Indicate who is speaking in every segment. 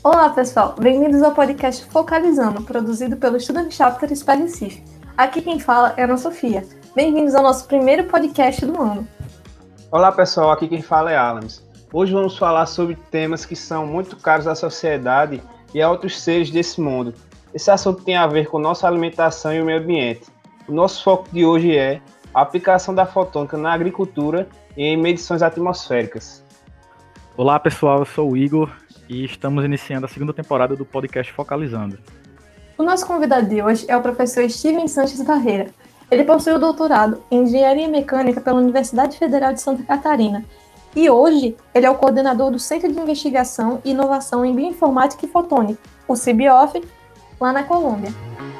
Speaker 1: Olá, pessoal. Bem-vindos ao podcast Focalizando, produzido pelo Student Chapter SPY Recife. Aqui quem fala é a Ana Sofia. Bem-vindos ao nosso primeiro podcast do ano.
Speaker 2: Olá, pessoal. Aqui quem fala é Alams. Hoje vamos falar sobre temas que são muito caros à sociedade e a outros seres desse mundo. Esse assunto tem a ver com nossa alimentação e o meio ambiente. O nosso foco de hoje é a aplicação da fotônica na agricultura e em medições atmosféricas.
Speaker 3: Olá, pessoal. Eu sou o Igor e estamos iniciando a segunda temporada do podcast Focalizando.
Speaker 1: O nosso convidado de hoje é o professor Steven Sanches Barreira. Ele possui o doutorado em Engenharia Mecânica pela Universidade Federal de Santa Catarina e hoje ele é o coordenador do Centro de Investigação e Inovação em Bioinformática e Fotônica, o CBIOF, lá na Colômbia.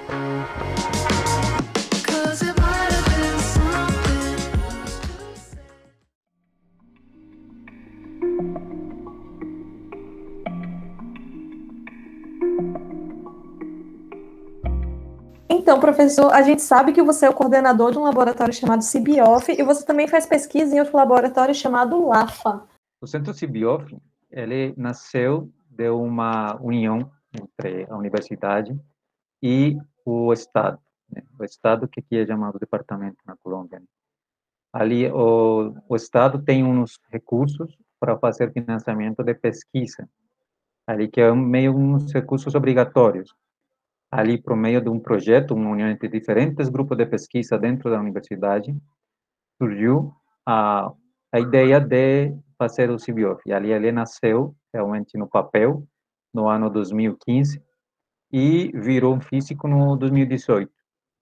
Speaker 1: Então, professor, a gente sabe que você é o coordenador de um laboratório chamado CBIOF e você também faz pesquisa em outro laboratório chamado LAFA.
Speaker 4: O Centro CBIOF, ele nasceu de uma união entre a universidade e o Estado, né? O Estado que aqui é chamado departamento na Colômbia, né? Ali o Estado tem uns recursos para fazer financiamento de pesquisa, ali que é meio uns recursos obrigatórios. Ali, por meio de um projeto, uma união entre diferentes grupos de pesquisa dentro da universidade, surgiu a ideia de fazer o CBIOF. E ali ele nasceu realmente no papel, no ano 2015, e virou um físico no 2018.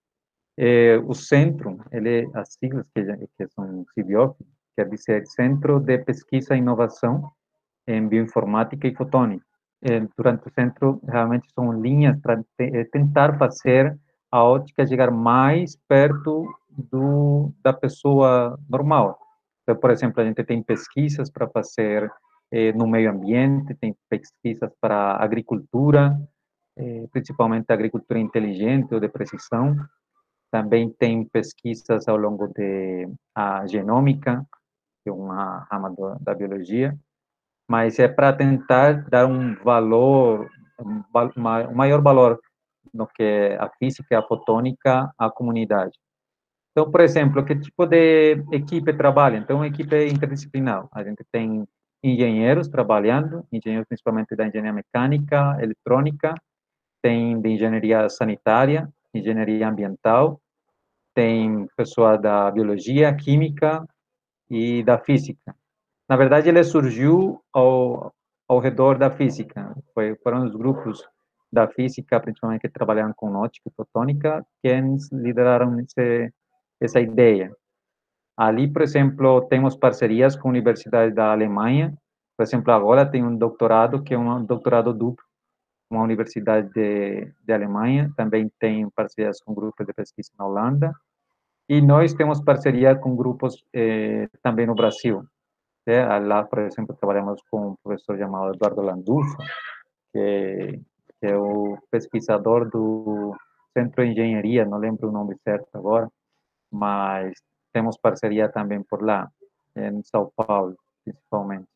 Speaker 4: O centro, as siglas que são CBIOF, quer dizer Centro de Pesquisa e Inovação em Bioinformática e Fotônica. Durante o centro, realmente são linhas para tentar fazer a ótica chegar mais perto da pessoa normal. Então, por exemplo, a gente tem pesquisas para fazer no meio ambiente, tem pesquisas para agricultura, principalmente agricultura inteligente ou de precisão. Também tem pesquisas ao longo a genômica, que é uma rama da biologia, mas é para tentar dar um valor, um maior valor no que a física e a fotônica à comunidade. Então, por exemplo, que tipo de equipe trabalha? Então, uma equipe interdisciplinar. A gente tem engenheiros trabalhando, engenheiros principalmente da engenharia mecânica, eletrônica, tem de engenharia sanitária, engenharia ambiental, tem pessoal da biologia, química e da física. Na verdade, ele surgiu ao redor da física. Foram os grupos da física, principalmente que trabalharam com ótica e fotônica, quem lideraram essa ideia. Ali, por exemplo, temos parcerias com universidades da Alemanha. Por exemplo, agora tem um doutorado que é um doutorado duplo, uma universidade de Alemanha. Também tem parcerias com grupos de pesquisa na Holanda. E nós temos parceria com grupos também no Brasil. Lá, por exemplo, trabalhamos com um professor chamado Eduardo Landulfo, que é o pesquisador do Centro de Engenharia, não lembro o nome certo agora, mas temos parceria também por lá, em São Paulo, principalmente.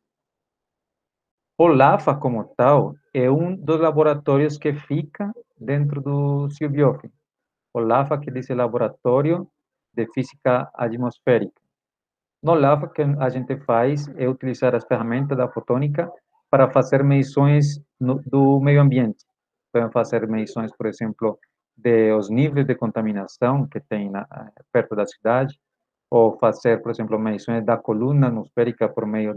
Speaker 4: O LAFA, como tal, é um dos laboratórios que fica dentro do CBIOF. O LAFA, que diz Laboratório de Física Atmosférica. No LAFA, o que a gente faz é utilizar as ferramentas da fotônica para fazer medições do meio ambiente. Podemos fazer medições, por exemplo, dos níveis de contaminação que tem perto da cidade, ou fazer, por exemplo, medições da coluna atmosférica por meio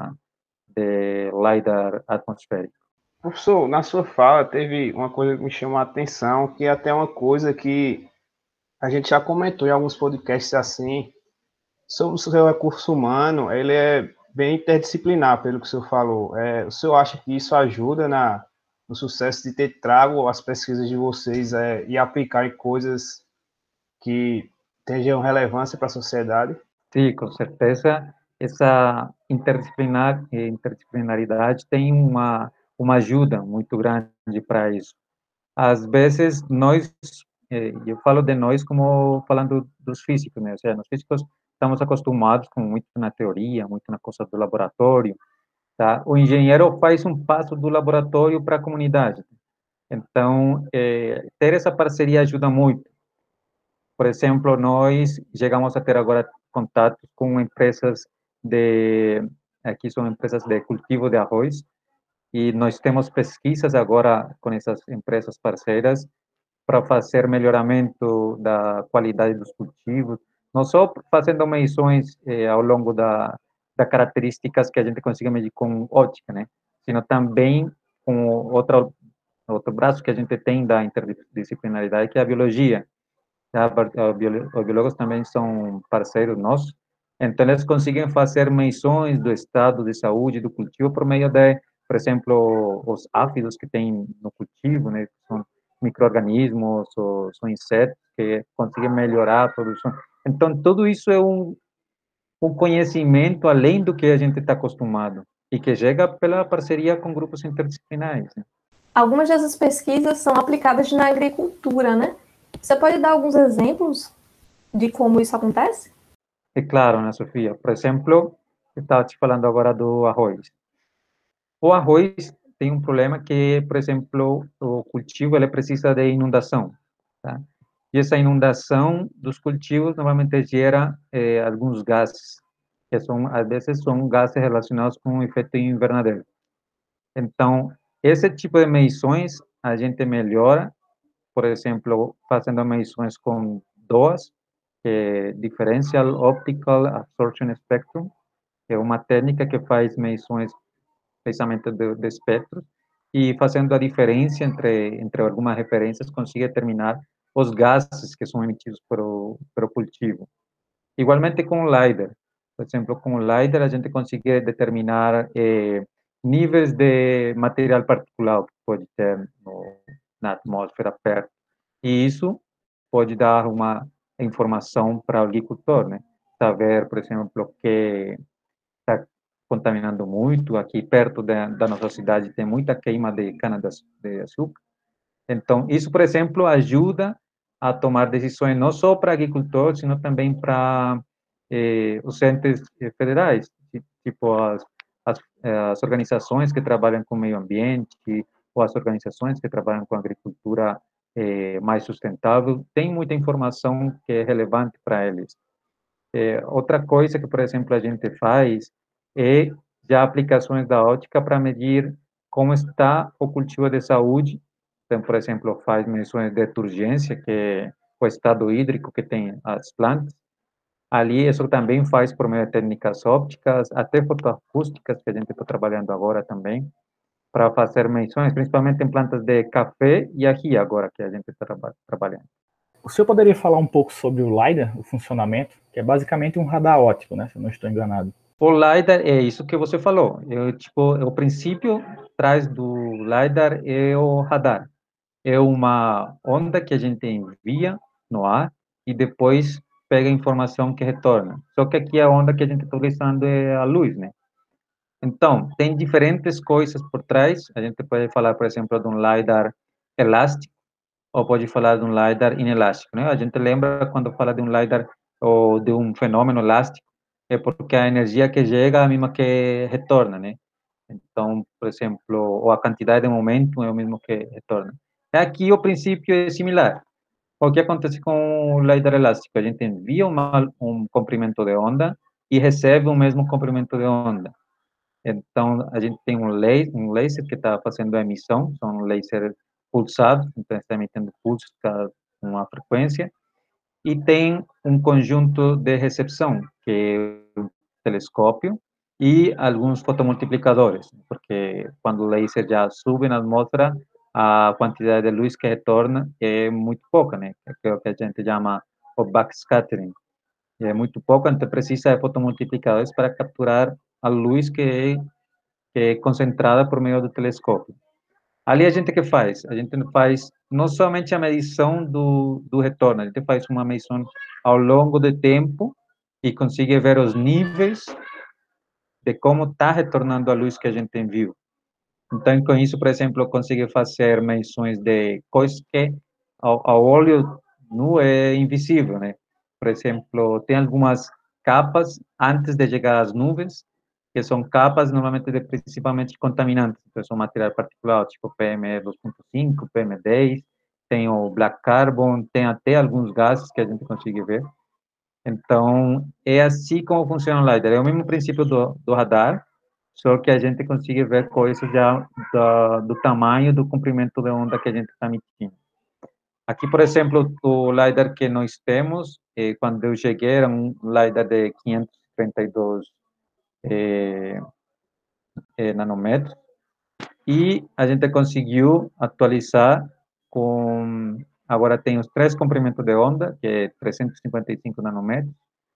Speaker 4: de LiDAR atmosférico.
Speaker 2: Professor, na sua fala teve uma coisa que me chamou a atenção, que é até uma coisa que a gente já comentou em alguns podcasts assim, sobre o seu recurso humano, ele é bem interdisciplinar, pelo que o senhor falou. O senhor acha que isso ajuda no sucesso de ter trago as pesquisas de vocês e aplicar em coisas que tenham relevância para a sociedade?
Speaker 4: Sim, com certeza. Essa interdisciplinaridade tem uma ajuda muito grande para isso. Às vezes, eu falo de nós como falando dos físicos, né? Ou seja, nós físicos estamos acostumados com muito na teoria, muito na coisa do laboratório, tá? O engenheiro faz um passo do laboratório para a comunidade. Então, ter essa parceria ajuda muito. Por exemplo, nós chegamos a ter agora contatos com empresas aqui são empresas de cultivo de arroz, e nós temos pesquisas agora com essas empresas parceiras para fazer melhoramento da qualidade dos cultivos, não só fazendo medições ao longo da características que a gente consiga medir com ótica, né? Sino também com outro braço que a gente tem da interdisciplinaridade, que é a biologia. Os biólogos também são parceiros nossos, então eles conseguem fazer medições do estado de saúde do cultivo por meio de, por exemplo, os áfidos que tem no cultivo, né? São micro-organismos ou são insetos que conseguem melhorar a produção. Então, tudo isso é um conhecimento além do que a gente está acostumado e que chega pela parceria com grupos interdisciplinares, né?
Speaker 1: Algumas dessas pesquisas são aplicadas na agricultura, né? Você pode dar alguns exemplos de como isso acontece?
Speaker 4: É claro, Ana Sofia. Por exemplo, eu estava te falando agora do arroz. O arroz tem um problema que, por exemplo, o cultivo ele precisa de inundação, tá? E essa inundação dos cultivos normalmente gera alguns gases, que são, às vezes, são gases relacionados com o efeito invernadero. Então, esse tipo de medições a gente melhora, por exemplo, fazendo medições com DOAS, que é Differential Optical Absorption Spectrum, que é uma técnica que faz medições precisamente de espectros, e fazendo a diferença entre algumas referências, consegue determinar os gases que são emitidos pelo cultivo. Igualmente com o LiDAR. Por exemplo, com o LiDAR a gente consegue determinar níveis de material particulado que pode ter na atmosfera perto. E isso pode dar uma informação para o agricultor, né? Saber, por exemplo, que está contaminando muito. Aqui perto da nossa cidade tem muita queima de cana-de-açúcar. Então, isso, por exemplo, ajuda a tomar decisões não só para agricultores, sino também para os entes federais, tipo as organizações que trabalham com o meio ambiente, ou as organizações que trabalham com agricultura mais sustentável, tem muita informação que é relevante para eles. Outra coisa que, por exemplo, a gente faz é já aplicações da ótica para medir como está o cultivo de saúde. Então, por exemplo, faz medições de turgência, que é o estado hídrico que tem as plantas. Ali, isso também faz por meio de técnicas ópticas, até fotoacústicas, que a gente está trabalhando agora também, para fazer medições, principalmente em plantas de café e aqui agora que a gente está trabalhando.
Speaker 3: O senhor poderia falar um pouco sobre o LiDAR, o funcionamento, que é basicamente um radar óptico, né? Se eu não estou enganado.
Speaker 4: O LiDAR é isso que você falou. O princípio atrás do LiDAR é o radar. É uma onda que a gente envia no ar e depois pega a informação que retorna. Só que aqui a onda que a gente está utilizando é a luz, né? Então, tem diferentes coisas por trás. A gente pode falar, por exemplo, de um LiDAR elástico, ou pode falar de um LiDAR inelástico, né? A gente lembra quando fala de um LiDAR ou de um fenômeno elástico, é porque a energia que chega é a mesma que retorna, né? Então, por exemplo, ou a quantidade de momento é o mesmo que retorna. Aqui o princípio é similar. O que acontece com o LiDAR elástico? A gente envia um comprimento de onda e recebe o mesmo comprimento de onda. Então, a gente tem um laser que está fazendo a emissão, são laser pulsados, então está emitindo pulsos com uma frequência, e tem um conjunto de recepção, que é o telescópio e alguns fotomultiplicadores, porque quando o laser já sube na atmosfera, a quantidade de luz que retorna é muito pouca, né? Que é o que a gente chama o backscattering. É muito pouco, então precisa de fotomultiplicadores para capturar a luz que é concentrada por meio do telescópio. Ali a gente que faz? A gente faz não somente a medição do retorno, a gente faz uma medição ao longo do tempo e consegue ver os níveis de como está retornando a luz que a gente enviou. Então, com isso, por exemplo, eu consigo fazer medições de coisas que ao olho nu é invisível, né? Por exemplo, tem algumas capas antes de chegar às nuvens que são capas normalmente principalmente contaminantes, então são material particulado, tipo PM2.5, PM10, tem o black carbon, tem até alguns gases que a gente consegue ver. Então, é assim como funciona o LiDAR. É o mesmo princípio do radar, só que a gente consegue ver coisas já do tamanho, do comprimento de onda que a gente está emitindo. Aqui, por exemplo, o LiDAR que nós temos, quando eu cheguei, era um LiDAR de 532 nanômetros, e a gente conseguiu atualizar com, agora tem os três comprimentos de onda, que é 355 nanômetros,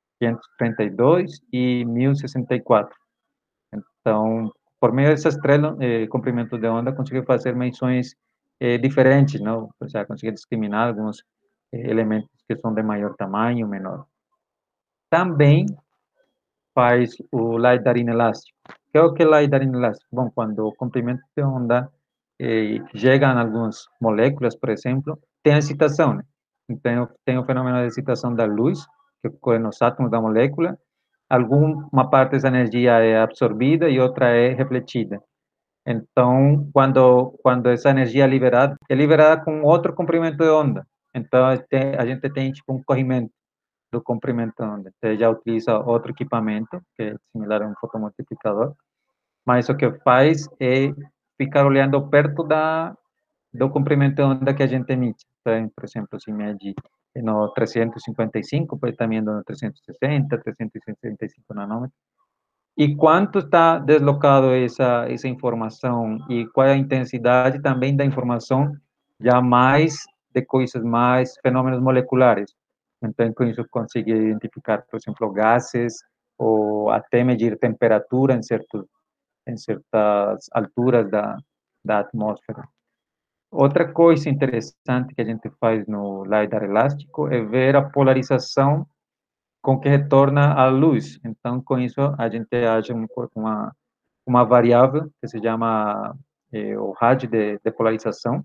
Speaker 4: 532 e 1064. Então, por meio desses três comprimentos de onda, consegui fazer medições diferentes, não? Ou seja, consegui discriminar alguns elementos que são de maior tamanho, menor. Também faz o LiDAR inelástico. Que é o que é LiDAR inelástico? Bom, quando o comprimento de onda chega a algumas moléculas, por exemplo, tem a excitação, né? Então, tem o fenômeno de excitação da luz, que ocorre nos átomos da molécula. Alguma parte dessa energia é absorvida e outra é refletida. Então, quando essa energia é liberada com outro comprimento de onda. Então, a gente tem tipo um corrimento do comprimento de onda. Então, já utiliza outro equipamento, que é similar a um fotomultiplicador, mas o que faz é ficar olhando perto do comprimento de onda que a gente emite. Então, por exemplo, se mede no 355, pode estar medindo no 360, 365 nanômetros. E quanto está deslocado essa informação e qual é a intensidade também da informação já mais de coisas mais fenômenos moleculares. Então, com isso consegui identificar, por exemplo, gases ou até medir temperatura em certas alturas da atmosfera. Outra coisa interessante que a gente faz no LiDAR elástico é ver a polarização com que retorna a luz. Então, com isso, a gente acha uma variável que se chama o rádio de polarização.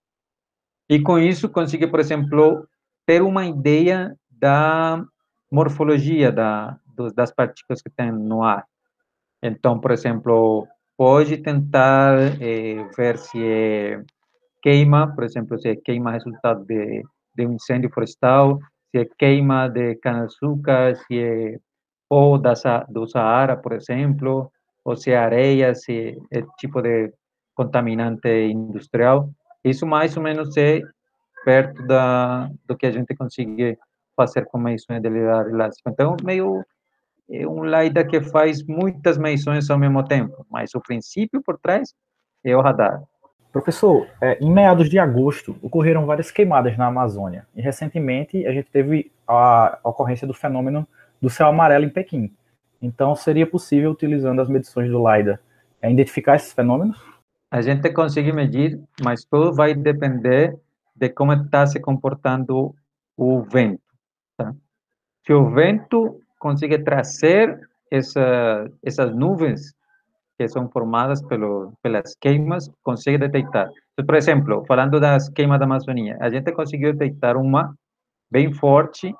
Speaker 4: E com isso, consegue, por exemplo, ter uma ideia da morfologia das partículas que tem no ar. Então, por exemplo, pode tentar ver se é queima, por exemplo, se é queima resultado de um incêndio florestal, se é queima de cana-de-açúcar, se é pó do Saara, por exemplo, ou se é areia, se é tipo de contaminante industrial. Isso mais ou menos é perto do que a gente consegue fazer com medições de lidar elástico. Então, meio é um LiDAR que faz muitas medições ao mesmo tempo, mas o princípio por trás é o radar.
Speaker 3: Professor, em meados de agosto, ocorreram várias queimadas na Amazônia. E recentemente a gente teve a ocorrência do fenômeno do céu amarelo em Pequim. Então, seria possível, utilizando as medições do LiDAR, identificar esses fenômenos?
Speaker 4: A gente consegue medir, mas tudo vai depender de como está se comportando o vento. Tá? Se o vento consegue trazer essas nuvens que são formadas pelas queimas, consegue detectar. Então, por exemplo, falando das queimas da Amazônia, a gente conseguiu detectar uma bem forte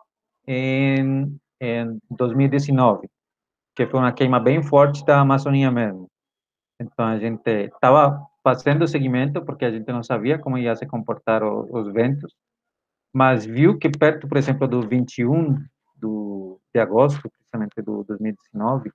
Speaker 4: em 2019, que foi uma queima bem forte da Amazônia mesmo. Então, a gente estava fazendo o seguimento, porque a gente não sabia como ia se comportar os ventos, mas viu que perto, por exemplo, do 21 de agosto, precisamente do 2019,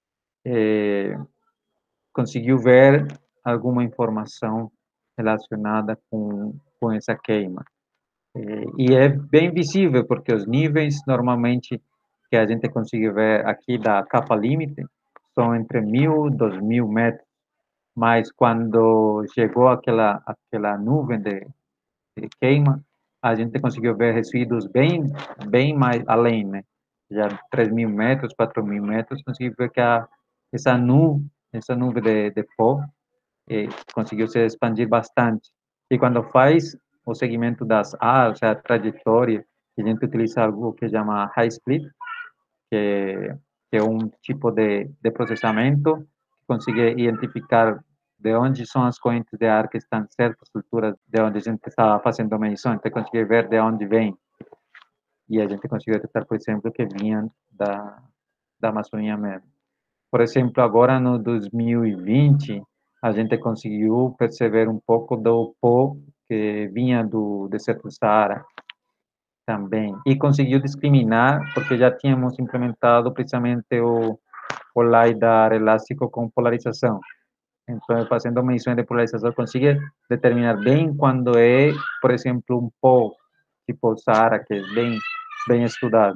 Speaker 4: conseguiu ver alguma informação relacionada com essa queima. E é bem visível, porque os níveis, normalmente, que a gente consegue ver aqui da capa limite, são entre 1.000 e 2.000 metros. Mas quando chegou aquela nuvem de queima, a gente conseguiu ver resíduos bem mais além, né? Já 3.000 metros, 4.000 metros, conseguiu ver que essa nuvem de pó conseguiu se expandir bastante. E quando faz o segmento das A, ou seja, a trajetória, a gente utiliza algo que chama high split, que é um tipo de processamento que consegue identificar de onde são as correntes de ar que estão em certas alturas de onde a gente está fazendo medição, então consegue ver de onde vem. E a gente conseguiu detectar, por exemplo, que vinham da Amazônia mesmo. Por exemplo, agora no 2020, a gente conseguiu perceber um pouco do pó que vinha do deserto do Saara também. E conseguiu discriminar, porque já tínhamos implementado precisamente o LiDAR elástico com polarização. Então, fazendo medições de polarização, consegue determinar bem quando é, por exemplo, um pó tipo Saara, que é bem estudado.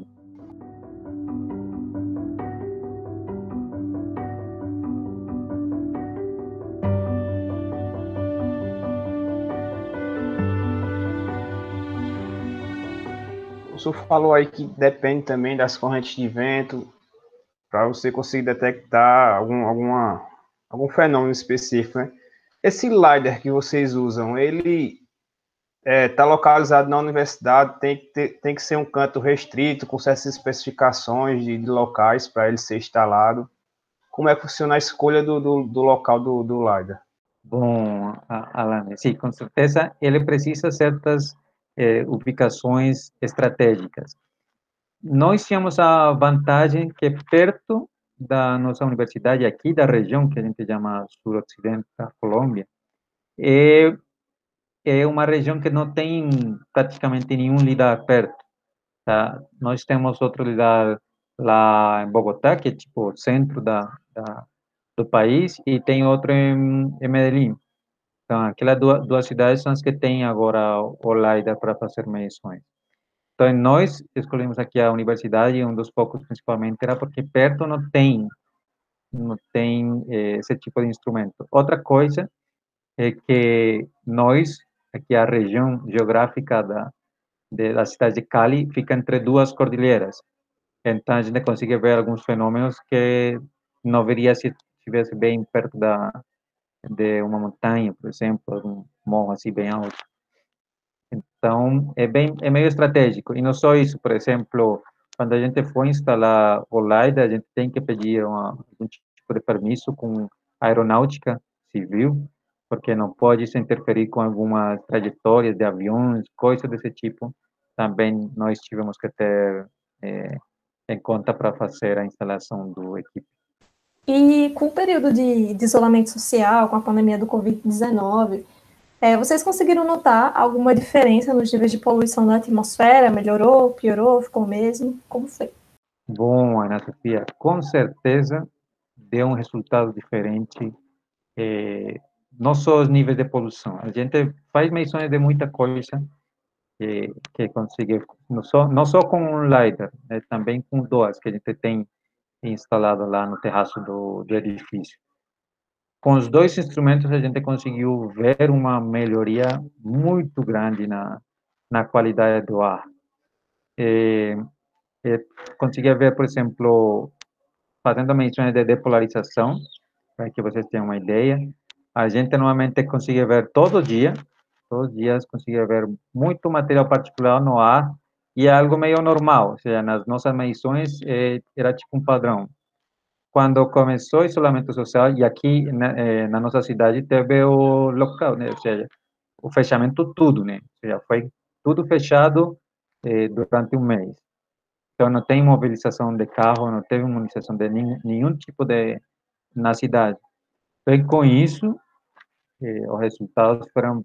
Speaker 2: O senhor falou aí que depende também das correntes de vento para você conseguir detectar algum fenômeno específico, né? Esse LiDAR que vocês usam, ele está localizado na universidade, tem que ser um canto restrito, com certas especificações de locais para ele ser instalado. Como é que funciona a escolha do local do LiDAR?
Speaker 4: Bom, Alan, sim, com certeza ele precisa certas ubicações estratégicas. Nós tínhamos a vantagem que perto da nossa universidade, aqui da região que a gente chama Sul-Ocidente da Colômbia, é uma região que não tem praticamente nenhum lidar perto. Tá? Nós temos outro lidar lá em Bogotá, que é tipo o centro do país, e tem outro em Medellín. Então, aquelas duas cidades são as que têm agora o LiDAR para fazer medições. Então, nós escolhemos aqui a universidade, um dos poucos principalmente, era porque perto não tem esse tipo de instrumento. Outra coisa é que nós, aqui a região geográfica da cidade de Cali, fica entre duas cordilheiras. Então, a gente consegue ver alguns fenômenos que não veria se estivesse bem perto de uma montanha, por exemplo, um morro assim bem alto. Então, é meio estratégico. E não só isso, por exemplo, quando a gente for instalar o LiDAR, a gente tem que pedir algum tipo de permisso com a aeronáutica civil, porque não pode se interferir com algumas trajetórias de aviões, coisas desse tipo. Também nós tivemos que ter em conta para fazer a instalação do equipe.
Speaker 1: E com o período de isolamento social, com a pandemia do Covid-19, vocês conseguiram notar alguma diferença nos níveis de poluição da atmosfera? Melhorou, piorou, ficou o mesmo? Como foi?
Speaker 4: Bom, Ana Sofia, com certeza deu um resultado diferente, não só os níveis de poluição. A gente faz medições de muita coisa que consegue, não só com um LiDAR, né, também com dois que a gente tem instalado lá no terraço do edifício. Com os dois instrumentos, a gente conseguiu ver uma melhoria muito grande na qualidade do ar. Conseguia ver, por exemplo, fazendo medições de depolarização, para que vocês tenham uma ideia. A gente normalmente consegue ver todos os dias conseguia ver muito material particulado no ar, e é algo meio normal, ou seja, nas nossas medições era tipo um padrão. Quando começou o isolamento social, e aqui na nossa cidade teve o lockdown, né? Ou seja, o fechamento tudo, né? Ou seja, foi tudo fechado durante um mês. Então, não tem mobilização de carro, não teve mobilização de nenhum tipo na cidade. E com isso, os resultados foram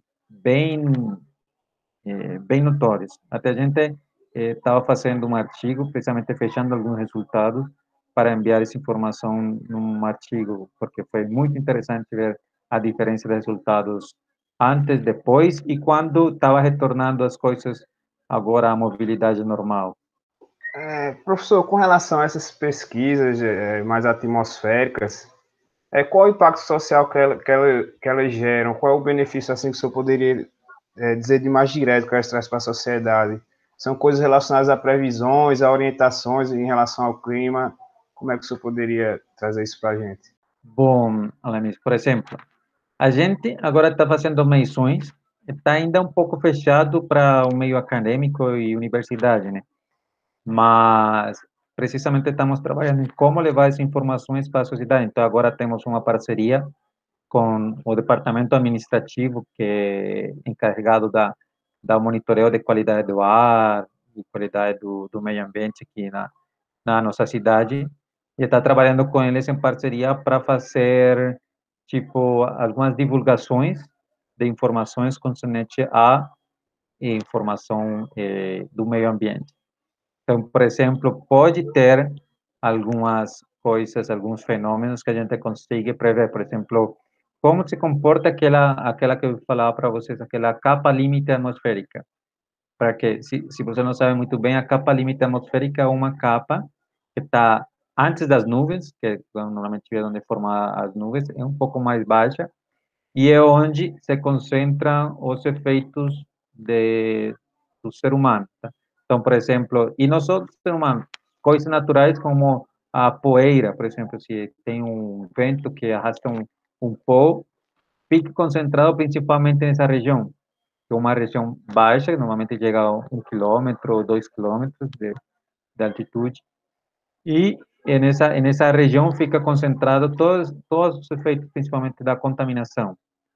Speaker 4: bem notórios. Até a gente estava fazendo um artigo, precisamente fechando alguns resultados, para enviar essa informação num artigo, porque foi muito interessante ver a diferença de resultados antes, depois e quando estava retornando as coisas agora à mobilidade normal.
Speaker 2: Professor, com relação a essas pesquisas mais atmosféricas, qual o impacto social que elas geram? Qual é o benefício assim que o senhor poderia dizer de mais direto que elas trazem para a sociedade? São coisas relacionadas a previsões, a orientações em relação ao clima? Como é que o senhor poderia trazer isso para a gente?
Speaker 4: Bom, Alanis, por exemplo, a gente agora está fazendo medições, está ainda um pouco fechado para o meio acadêmico e universidade, né? Mas precisamente estamos trabalhando em como levar essas informações para a sociedade. Então, agora temos uma parceria com o departamento administrativo, que é encarregado da monitoreo de qualidade do ar e qualidade do meio ambiente aqui na nossa cidade, e está trabalhando com eles em parceria para fazer, tipo, algumas divulgações de informações concernentes à informação do meio ambiente. Então, por exemplo, pode ter algumas coisas, alguns fenômenos que a gente consegue prever. Por exemplo, como se comporta aquela que eu falava para vocês, aquela capa limite atmosférica. Para que, se você não sabe muito bem, a capa limite atmosférica é uma capa que está antes das nuvens, que normalmente é onde formam as nuvens, é um pouco mais baixa, e é onde se concentram os efeitos do ser humano. Tá? Então, por exemplo, e não só do ser humano, coisas naturais como a poeira, por exemplo, se tem um vento que arrasta um pó, fica concentrado principalmente nessa região, que é uma região baixa, que normalmente chega a 1 quilômetro ou 2 quilômetros de altitude, e nessa região fica concentrado todos os efeitos, principalmente da contaminação.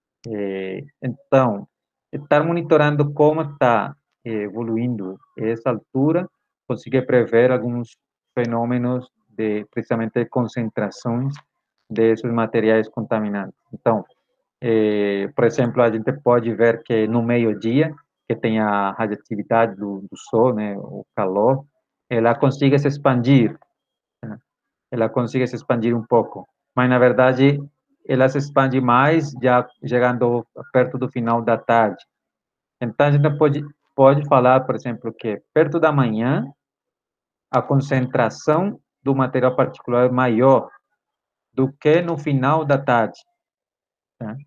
Speaker 4: Então, estar monitorando como está evoluindo essa altura, consegue prever alguns fenômenos de, precisamente, de concentrações desses materiais contaminantes. Então, por exemplo, a gente pode ver que no meio-dia, que tem a radioatividade do sol, né, o calor, ela consegue se expandir, né? Ela consegue se expandir um pouco, mas na verdade ela se expande mais já chegando perto do final da tarde. Então a gente pode falar, por exemplo, que perto da manhã a concentração do material particulado é maior do que no final da tarde, tá?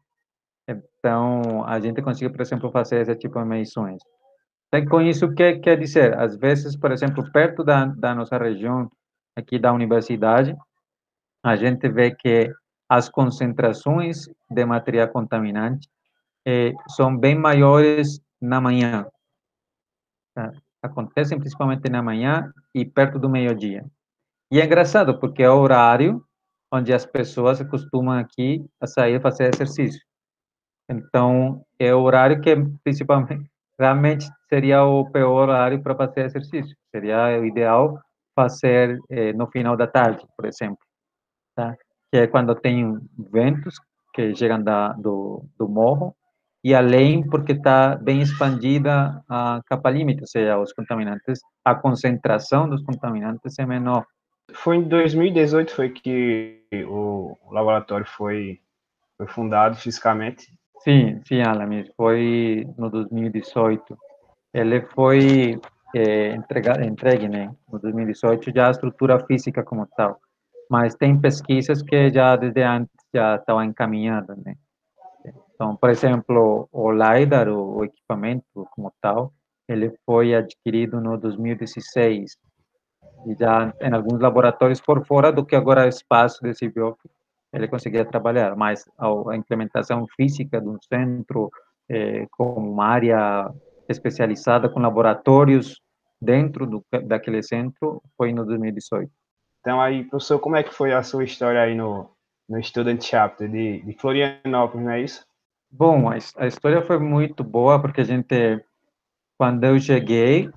Speaker 4: Então a gente consegue, por exemplo, fazer esse tipo de medições. Então, com isso, o que quer dizer? Às vezes, por exemplo, perto da nossa região, aqui da universidade, a gente vê que as concentrações de material contaminante são bem maiores na manhã. Tá? Acontecem principalmente na manhã e perto do meio-dia. E é engraçado, porque é o horário onde as pessoas costumam aqui a sair fazer exercício. Então, é o horário que, principalmente, realmente seria o pior horário para fazer exercício. Seria o ideal fazer no final da tarde, por exemplo. Tá? Que é quando tem ventos que chegam do morro, e além porque está bem expandida a capa limite, ou seja, os contaminantes, a concentração dos contaminantes é menor.
Speaker 2: Foi em 2018 foi que o laboratório foi fundado fisicamente.
Speaker 4: Sim, Alamis, foi no 2018. Ele foi entregue, né, no 2018, já a estrutura física como tal. Mas tem pesquisas que já desde antes já estavam encaminhadas, né? Então, por exemplo, o LiDAR, o equipamento como tal, ele foi adquirido no 2016 e já em alguns laboratórios por fora do que agora é o espaço desse biófilo, ele conseguia trabalhar, mas a implementação física de um centro como uma área especializada com laboratórios dentro daquele centro foi no 2018.
Speaker 2: Então aí, professor, como é que foi a sua história aí no Student Chapter de Florianópolis, não é isso?
Speaker 4: Bom, a história foi muito boa porque quando eu cheguei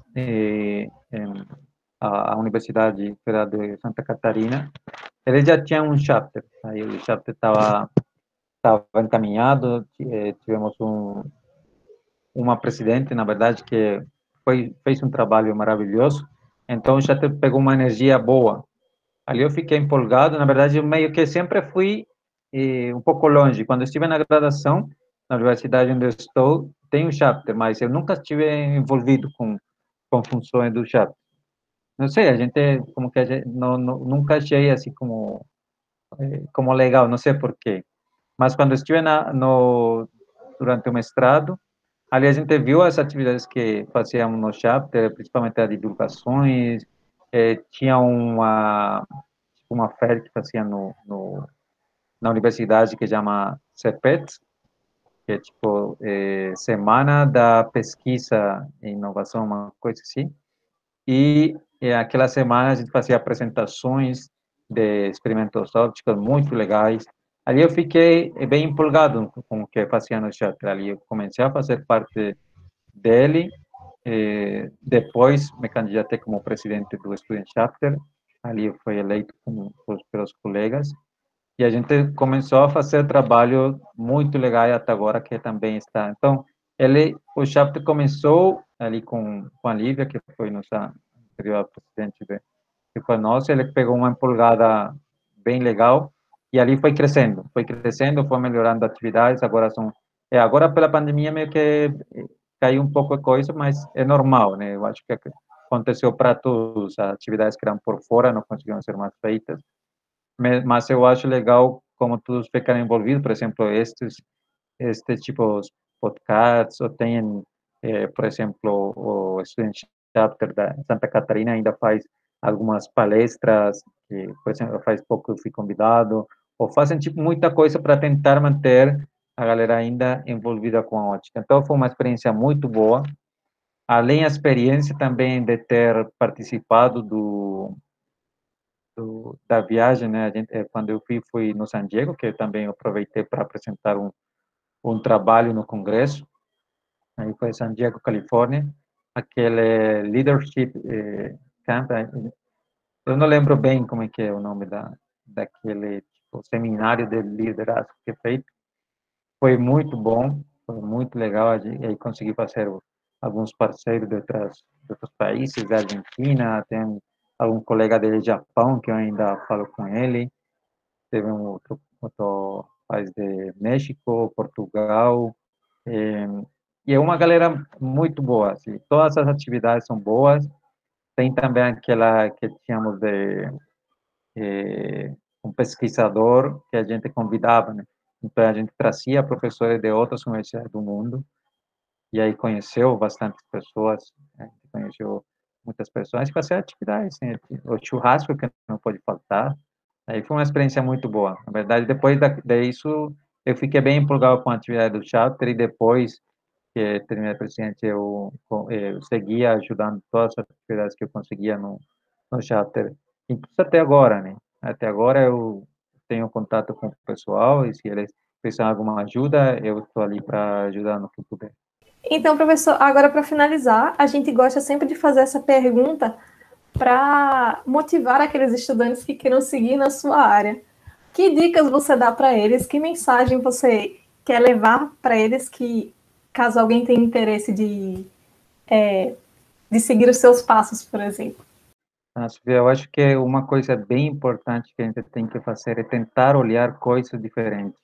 Speaker 4: à Universidade Federal de Santa Catarina, ele já tinha um chapter, aí o chapter estava encaminhado, tivemos uma presidente, na verdade, que fez um trabalho maravilhoso, então o chapter pegou uma energia boa. Ali eu fiquei empolgado, na verdade, eu meio que sempre fui um pouco longe. Quando estive na graduação, na universidade onde eu estou, tem um chapter, mas eu nunca estive envolvido com funções do chapter. Não sei, a gente, como que a gente, nunca achei assim como legal, não sei por quê. Mas quando estive durante o mestrado, ali a gente viu as atividades que fazíamos no chapter, principalmente as divulgações, tinha uma feira que fazia na universidade que chama CEPET, que é tipo Semana da Pesquisa e Inovação, uma coisa assim. E aquela semana a gente fazia apresentações de experimentos ópticos muito legais. Ali eu fiquei bem empolgado com o que fazia no chapter. Ali eu comecei a fazer parte dele. Depois me candidatei como presidente do Student Chapter ali foi eleito pelos colegas, e a gente começou a fazer trabalho muito legal até agora, que também está. Então, o chapter começou ali com a Lívia, que foi nossa anterior presidente que foi nossa, ele pegou uma empolgada bem legal, e ali foi crescendo, foi melhorando atividades, agora pela pandemia meio que caiu um pouco a coisa, mas é normal, né? Eu acho que aconteceu para todos, as atividades que eram por fora não conseguiram ser mais feitas, mas eu acho legal como todos ficaram envolvidos, por exemplo, estes tipos podcasts, ou tem, por exemplo, o Student Chapter da Santa Catarina ainda faz algumas palestras, que, por exemplo, faz pouco eu fui convidado, ou fazem tipo muita coisa para tentar manter a galera ainda envolvida com a ótica. Então, foi uma experiência muito boa, além da experiência também de ter participado da viagem, né? Quando eu fui no San Diego, que eu também aproveitei para apresentar um trabalho no congresso, aí foi San Diego, Califórnia, aquele Leadership Camp, eu não lembro bem como é que é o nome daquele tipo, seminário de liderazgo que é feito, foi muito bom, foi muito legal, aí consegui fazer alguns parceiros de outros países, da Argentina, tem algum colega do Japão que eu ainda falo com ele, teve um outro país de México, Portugal, e é uma galera muito boa, assim, todas as atividades são boas, tem também aquela que tínhamos de um pesquisador que a gente convidava, né? Então a gente trazia professores de outras universidades do mundo, e aí conheceu bastantes pessoas, né? Conheceu muitas pessoas, e fazia atividades, né? O churrasco que não pode faltar, aí foi uma experiência muito boa. Na verdade, depois disso, eu fiquei bem empolgado com a atividade do chapter, e depois que terminei presidente, eu seguia ajudando todas as atividades que eu conseguia no chapter, inclusive até agora, né? Até agora eu tenho contato com o pessoal, e se eles precisam de alguma ajuda, eu estou ali para ajudar no que puder.
Speaker 1: Então, professor, agora para finalizar, a gente gosta sempre de fazer essa pergunta para motivar aqueles estudantes que queiram seguir na sua área. Que dicas você dá para eles? Que mensagem você quer levar para eles que, caso alguém tenha interesse de seguir os seus passos, por exemplo?
Speaker 4: Eu acho que uma coisa bem importante que a gente tem que fazer é tentar olhar coisas diferentes.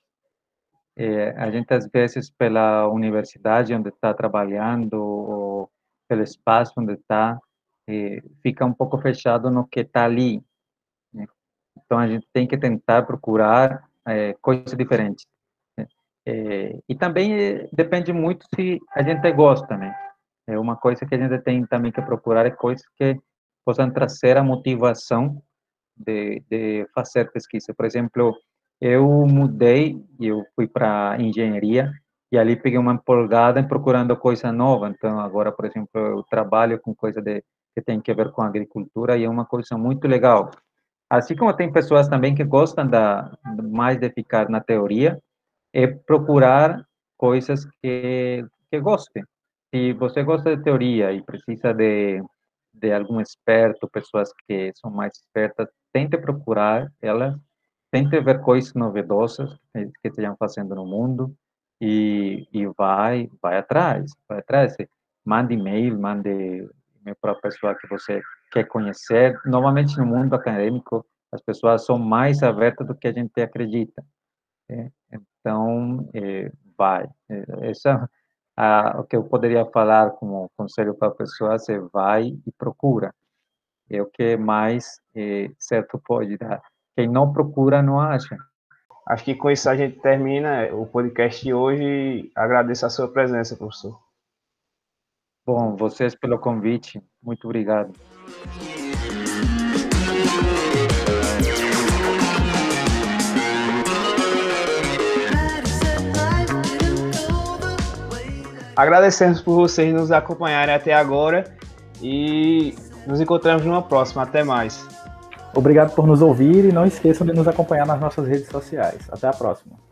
Speaker 4: A gente, às vezes, pela universidade onde está trabalhando, ou pelo espaço onde está, fica um pouco fechado no que está ali, né? Então, a gente tem que tentar procurar coisas diferentes, né? E também depende muito se a gente gosta, né? Uma coisa que a gente tem também que procurar é coisas que possam trazer a motivação de fazer pesquisa. Por exemplo, eu mudei e eu fui para engenharia, e ali peguei uma empolgada em procurando coisa nova. Então, agora, por exemplo, eu trabalho com coisa que tem que ver com agricultura, e é uma coisa muito legal. Assim como tem pessoas também que gostam mais de ficar na teoria, é procurar coisas que gostem. Se você gosta de teoria e precisa de algum experto, pessoas que são mais espertas, tente procurar elas, tente ver coisas novedosas que estejam fazendo no mundo, e vai atrás, mande e-mail, mande e-mail para a pessoa que você quer conhecer. Normalmente no mundo acadêmico as pessoas são mais abertas do que a gente acredita, né? Então, vai. Essa o que eu poderia falar como conselho para a pessoa é vai e procura. É o que mais certo pode dar. Quem não procura, não acha.
Speaker 2: Acho que com isso a gente termina o podcast de hoje. Agradeço a sua presença, professor.
Speaker 4: Bom, vocês pelo convite. Muito obrigado.
Speaker 2: Agradecemos por vocês nos acompanharem até agora e nos encontramos numa próxima. Até mais.
Speaker 3: Obrigado por nos ouvir, e não esqueçam de nos acompanhar nas nossas redes sociais. Até a próxima.